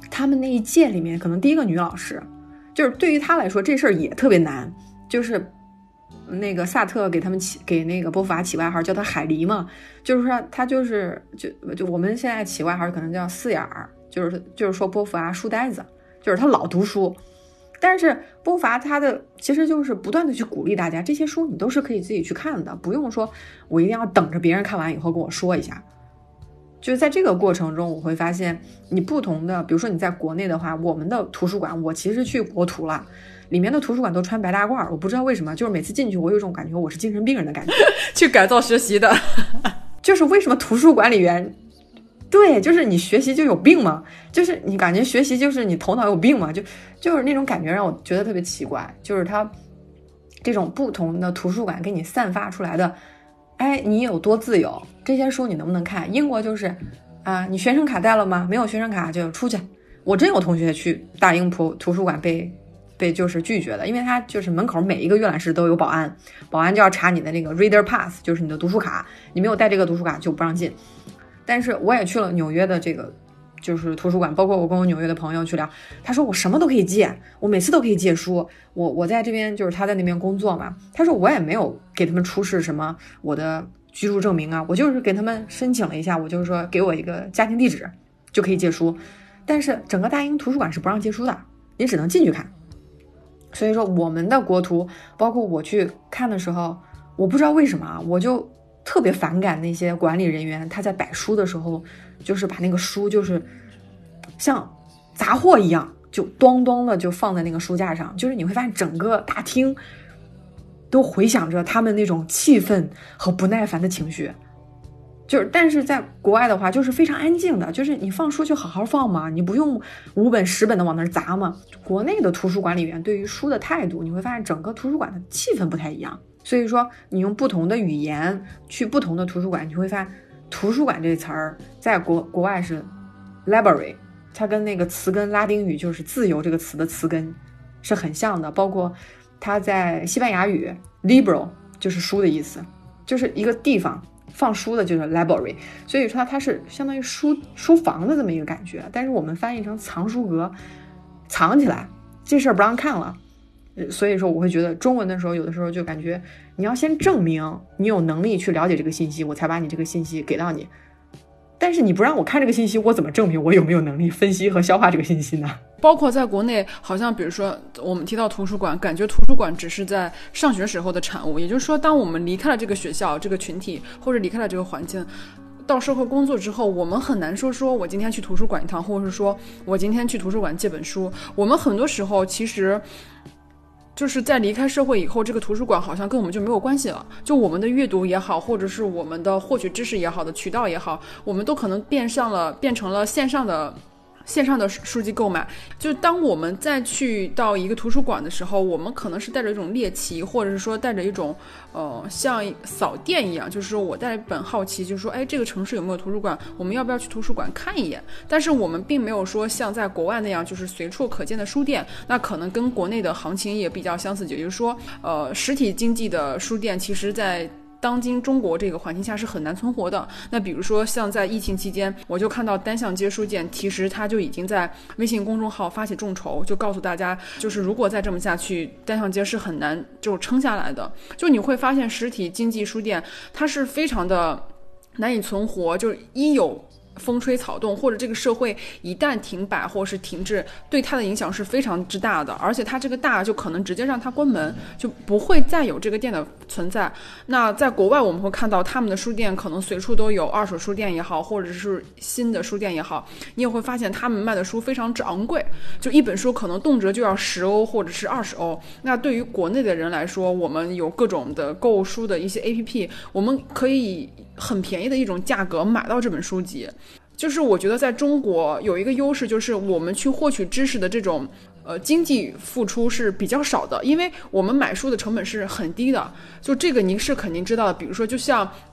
他们那一届里面可能第一个女老师，就是对于她来说这事儿也特别难，就是那个萨特给他们起给那个波伏娃起外号叫他海狸嘛，就是说他就是就就我们现在起外号可能叫四眼儿，就是就是说波伏娃书呆子，就是他老读书。但是波伏娃他的其实就是不断的去鼓励大家，这些书你都是可以自己去看的，不用说我一定要等着别人看完以后跟我说一下。就是在这个过程中我会发现你不同的，比如说你在国内的话，我们的图书馆，我其实去国图了，里面的图书馆都穿白大褂，我不知道为什么，就是每次进去我有一种感觉我是精神病人的感觉去改造学习的就是为什么图书馆里面，对，就是你学习就有病吗？就是你感觉学习就是你头脑有病吗？就就是那种感觉让我觉得特别奇怪，就是它这种不同的图书馆给你散发出来的，哎，你有多自由，这些书你能不能看？英国就是啊，你学生卡带了吗？没有学生卡就出去。我真有同学去大英图图书馆被被就是拒绝的，因为他就是门口每一个阅览室都有保安，保安就要查你的那个 Reader Pass， 就是你的读书卡，你没有带这个读书卡就不让进。但是我也去了纽约的这个就是图书馆，包括我跟我纽约的朋友去聊，他说我什么都可以借，我每次都可以借书，我我在这边就是他在那边工作嘛，他说我也没有给他们出示什么我的居住证明啊，我就是给他们申请了一下，我就是说给我一个家庭地址就可以借书，但是整个大英图书馆是不让借书的，你只能进去看。所以说我们的国图，包括我去看的时候，我不知道为什么啊，我就特别反感那些管理人员，他在摆书的时候，就是把那个书就是像杂货一样，就咚咚的就放在那个书架上，就是你会发现整个大厅都回响着他们那种气愤和不耐烦的情绪。就是但是在国外的话就是非常安静的，就是你放书就好好放嘛，你不用五本十本的往那儿砸嘛。国内的图书管理员对于书的态度，你会发现整个图书馆的气氛不太一样。所以说你用不同的语言去不同的图书馆，你会发现图书馆这词儿在国国外是 library， 它跟那个词根拉丁语就是自由这个词的词根是很像的，包括它在西班牙语 libro 就是书的意思，就是一个地方放书的就是 library， 所以说它是相当于书书房的这么一个感觉，但是我们翻译成藏书阁，藏起来这事儿不让看了。所以说我会觉得中文的时候有的时候就感觉你要先证明你有能力去了解这个信息，我才把你这个信息给到你，但是你不让我看这个信息，我怎么证明我有没有能力分析和消化这个信息呢？ 包括在国内，好像比如说我们提到图书馆，感觉图书馆只是在上学时候的产物，也就是说当我们离开了这个学校这个群体，或者离开了这个环境，到社会工作之后，我们很难说说我今天去图书馆一趟，或者是说我今天去图书馆借本书。我们很多时候其实就是在离开社会以后，这个图书馆好像跟我们就没有关系了，就我们的阅读也好，或者是我们的获取知识也好的渠道也好，我们都可能变上了变成了线上的线上的书籍购买。就当我们再去到一个图书馆的时候，我们可能是带着一种猎奇，或者是说带着一种呃像扫店一样，就是说我带着一本好奇，就是说哎这个城市有没有图书馆，我们要不要去图书馆看一眼。但是我们并没有说像在国外那样就是随处可见的书店，那可能跟国内的行情也比较相似，也就是说呃实体经济的书店其实在当今中国这个环境下是很难存活的。那比如说像在疫情期间，我就看到单向街书店其实它就已经在微信公众号发起众筹，就告诉大家就是如果再这么下去，单向街是很难就撑下来的。就你会发现实体经济书店它是非常的难以存活，就一有风吹草动，或者这个社会一旦停摆或是停滞，对它的影响是非常之大的，而且它这个大就可能直接让它关门，就不会再有这个店的存在。那在国外我们会看到他们的书店可能随处都有，二手书店也好，或者是新的书店也好，你也会发现他们卖的书非常之昂贵，就一本书可能动辄就要十欧或者是二十欧。那对于国内的人来说，我们有各种的购书的一些 A P P， 我们可以很便宜的一种价格买到这本书籍。就是我觉得在中国有一个优势，就是我们去获取知识的这种呃经济付出是比较少的，因为我们买书的成本是很低的，就这个您是肯定知道的。比如说就像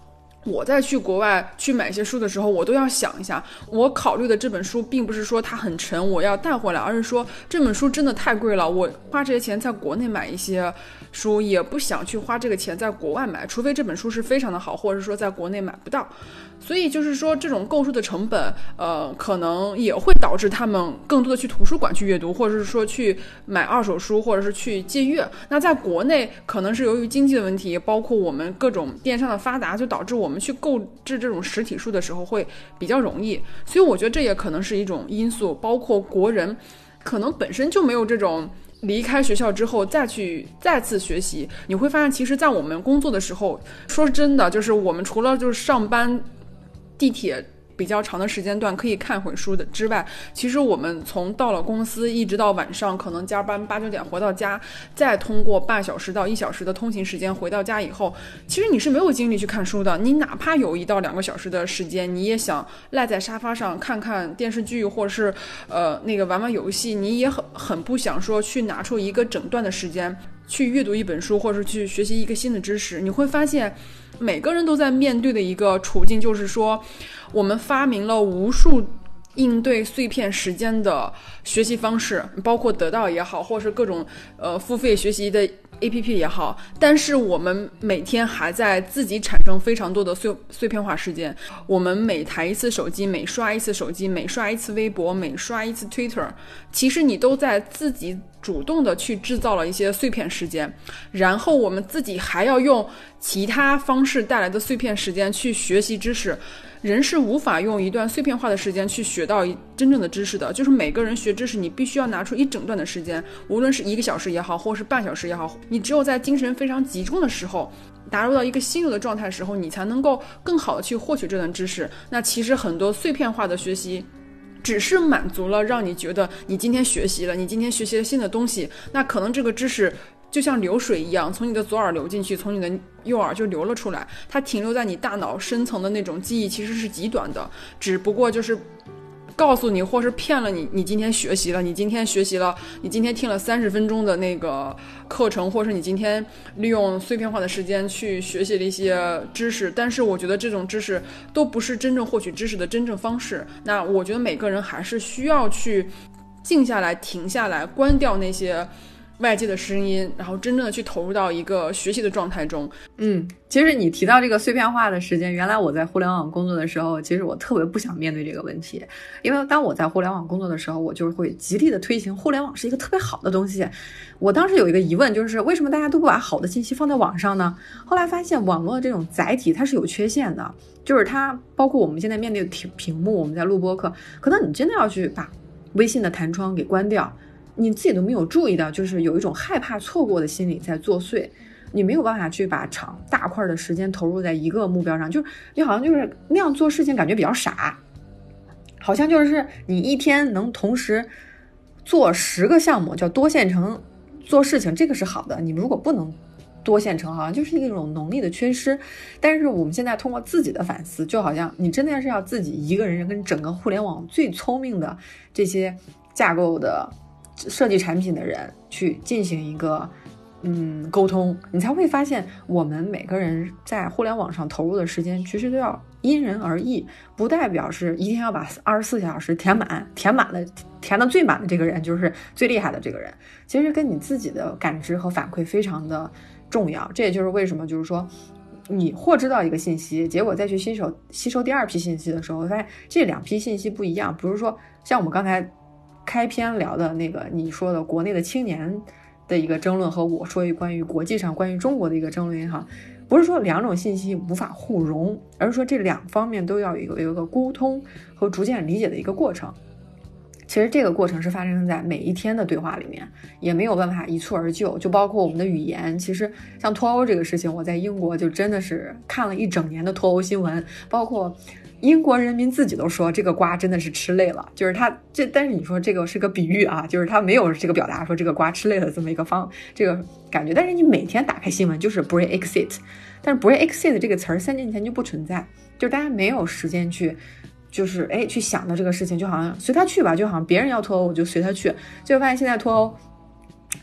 我在去国外去买一些书的时候，我都要想一下，我考虑的这本书并不是说它很沉我要带回来，而是说这本书真的太贵了，我花这些钱在国内买一些书也不想去花这个钱在国外买，除非这本书是非常的好，或者是说在国内买不到。所以就是说这种购书的成本呃，可能也会导致他们更多的去图书馆去阅读，或者是说去买二手书，或者是去借阅。那在国内可能是由于经济的问题，包括我们各种电商的发达，就导致我们去购置这种实体书的时候会比较容易，所以我觉得这也可能是一种因素。包括国人可能本身就没有这种离开学校之后再去再次学习，你会发现其实在我们工作的时候，说真的就是我们除了就是上班地铁比较长的时间段可以看会书的之外，其实我们从到了公司一直到晚上可能加班八九点回到家，再通过半小时到一小时的通勤时间回到家以后，其实你是没有精力去看书的。你哪怕有一到两个小时的时间，你也想赖在沙发上看看电视剧，或者是呃那个玩玩游戏，你也很很不想说去拿出一个整段的时间去阅读一本书，或者是去学习一个新的知识。你会发现每个人都在面对的一个处境，就是说我们发明了无数应对碎片时间的学习方式，包括得到也好，或是各种呃付费学习的 A P P 也好，但是我们每天还在自己产生非常多的碎碎片化时间。我们每抬一次手机，每刷一次手机，每刷一次微博，每刷一次 Twitter， 其实你都在自己主动的去制造了一些碎片时间，然后我们自己还要用其他方式带来的碎片时间去学习知识。人是无法用一段碎片化的时间去学到真正的知识的，就是每个人学知识你必须要拿出一整段的时间，无论是一个小时也好，或是半小时也好，你只有在精神非常集中的时候，达入到一个心流的状态的时候，你才能够更好的去获取这段知识。那其实很多碎片化的学习只是满足了让你觉得你今天学习了，你今天学习了新的东西，那可能这个知识就像流水一样，从你的左耳流进去，从你的右耳就流了出来，它停留在你大脑深层的那种记忆其实是极短的，只不过就是告诉你或是骗了你，你今天学习了，你今天学习了，你今天听了三十分钟的那个课程，或是你今天利用碎片化的时间去学习了一些知识，但是我觉得这种知识都不是真正获取知识的真正方式。那我觉得每个人还是需要去静下来，停下来，关掉那些外界的声音，然后真正的去投入到一个学习的状态中。 嗯，其实你提到这个碎片化的时间，原来我在互联网工作的时候，其实我特别不想面对这个问题，因为当我在互联网工作的时候，我就会极力的推行互联网是一个特别好的东西。我当时有一个疑问，就是为什么大家都不把好的信息放在网上呢？后来发现网络这种载体它是有缺陷的，就是它包括我们现在面对的屏幕，我们在录播课，可能你真的要去把微信的弹窗给关掉，你自己都没有注意到，就是有一种害怕错过的心理在作祟，你没有办法去把长大块的时间投入在一个目标上，就是你好像就是那样做事情感觉比较傻，好像就是你一天能同时做十个项目，叫多线程做事情，这个是好的，你如果不能多线程，好像就是一种能力的缺失。但是我们现在通过自己的反思，就好像你真的是要自己一个人跟整个互联网最聪明的这些架构的设计产品的人去进行一个嗯沟通，你才会发现我们每个人在互联网上投入的时间其实都要因人而异，不代表是一定要把二十四小时填满，填满了填的最满的这个人就是最厉害的这个人，其实跟你自己的感知和反馈非常的重要。这也就是为什么就是说你获知到一个信息，结果再去吸收吸收第二批信息的时候，发现这两批信息不一样。比如说像我们刚才开篇聊的那个你说的国内的青年的一个争论，和我说关于国际上关于中国的一个争论也好，不是说两种信息无法互融，而是说这两方面都要有一个有一个沟通和逐渐理解的一个过程。其实这个过程是发生在每一天的对话里面，也没有办法一蹴而就。就包括我们的语言，其实像脱欧这个事情，我在英国就真的是看了一整年的脱欧新闻，包括英国人民自己都说这个瓜真的是吃累了，就是他这，但是你说这个是个比喻啊，就是他没有这个表达说这个瓜吃累了这么一个方这个感觉，但是你每天打开新闻就是 Brexit， 但是 Brexit 这个词儿三年前就不存在，就是大家没有时间去就是哎去想到这个事情，就好像随他去吧，就好像别人要脱欧我就随他去，结果发现现在脱欧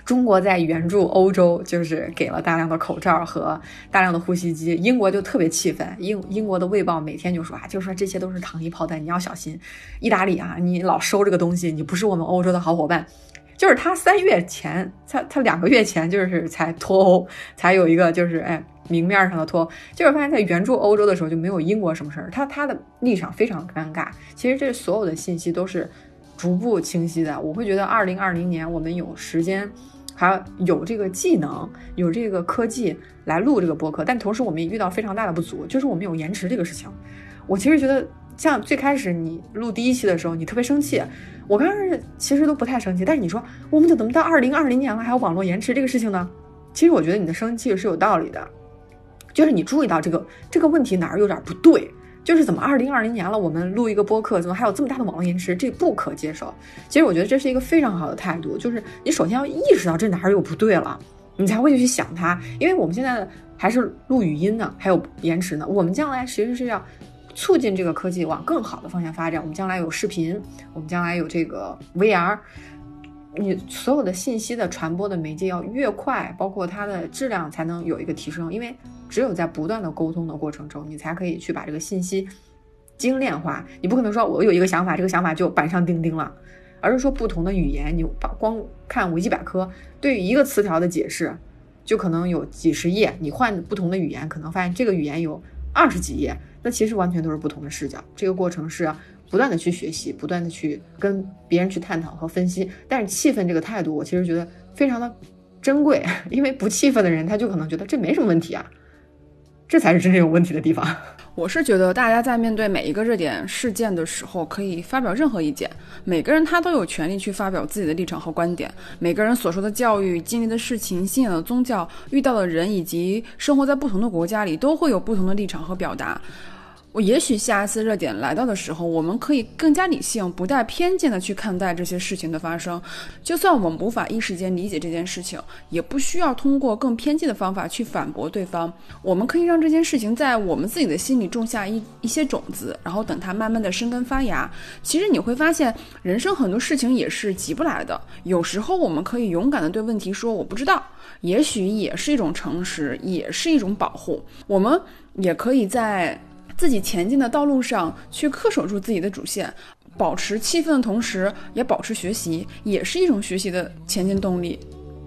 中国在援助欧洲，就是给了大量的口罩和大量的呼吸机，英国就特别气愤，英英国的卫报每天就说啊，就说这些都是糖衣炮弹，你要小心。意大利啊，你老收这个东西，你不是我们欧洲的好伙伴。就是他三月前，他他两个月前就是才脱欧，才有一个就是哎明面上的脱，结果发现在援助欧洲的时候就没有英国什么事儿，他他的立场非常尴尬。其实这所有的信息都是逐步清晰的。我会觉得二零二零年我们有时间。还有这个技能，有这个科技来录这个播客，但同时我们也遇到非常大的不足，就是我们有延迟这个事情。我其实觉得，像最开始你录第一期的时候，你特别生气，我刚开始其实都不太生气，但是你说我们怎么到二零二零年了还有网络延迟这个事情呢？其实我觉得你的生气是有道理的，就是你注意到这个这个问题哪儿有点不对。就是怎么二零二零年了，我们录一个播客，怎么还有这么大的网络延迟？这不可接受。其实我觉得这是一个非常好的态度，就是你首先要意识到这哪儿有不对了，你才会去想它。因为我们现在还是录语音呢，还有延迟呢。我们将来其实是要促进这个科技往更好的方向发展。我们将来有视频，我们将来有这个 V R。你所有的信息的传播的媒介要越快，包括它的质量才能有一个提升，因为只有在不断的沟通的过程中，你才可以去把这个信息精炼化。你不可能说我有一个想法，这个想法就板上钉钉了，而是说不同的语言，你光看维基百科对于一个词条的解释就可能有几十页，你换不同的语言可能发现这个语言有二十几页，那其实完全都是不同的视角。这个过程是不断的去学习，不断的去跟别人去探讨和分析。但是气愤这个态度我其实觉得非常的珍贵，因为不气愤的人他就可能觉得这没什么问题啊，这才是真正有问题的地方。 我是觉得大家在面对每一个热点事件的时候可以发表任何意见，每个人他都有权利去发表自己的立场和观点，每个人所受的教育、经历的事情、信仰的宗教、遇到的人以及生活在不同的国家里都会有不同的立场和表达。我也许下一次热点来到的时候，我们可以更加理性不带偏见的去看待这些事情的发生，就算我们无法一时间理解这件事情，也不需要通过更偏激的方法去反驳对方。我们可以让这件事情在我们自己的心里种下一一些种子，然后等它慢慢的生根发芽。其实你会发现人生很多事情也是急不来的，有时候我们可以勇敢的对问题说我不知道，也许也是一种诚实，也是一种保护。我们也可以在自己前进的道路上去恪守住自己的主线，保持气愤的同时也保持学习，也是一种学习的前进动力。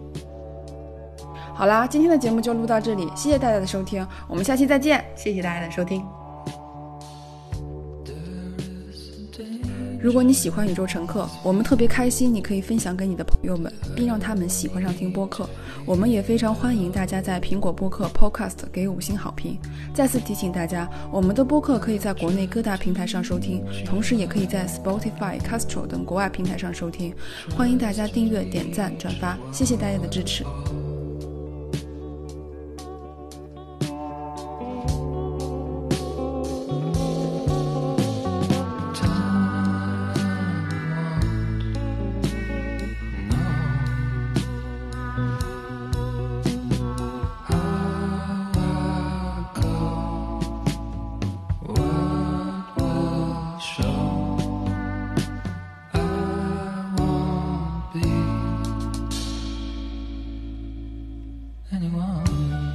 好啦，今天的节目就录到这里，谢谢大家的收听，我们下期再见。 谢谢大家的收听。 如果你喜欢宇宙乘客，我们特别开心你可以分享给你的朋友们，并让他们喜欢上听播客。我们也非常欢迎大家在苹果播客 Podcast 给五星好评。再次提醒大家，我们的播客可以在国内各大平台上收听，同时也可以在 Spotify、Castro 等国外平台上收听。欢迎大家订阅、点赞、转发，谢谢大家的支持。 anyone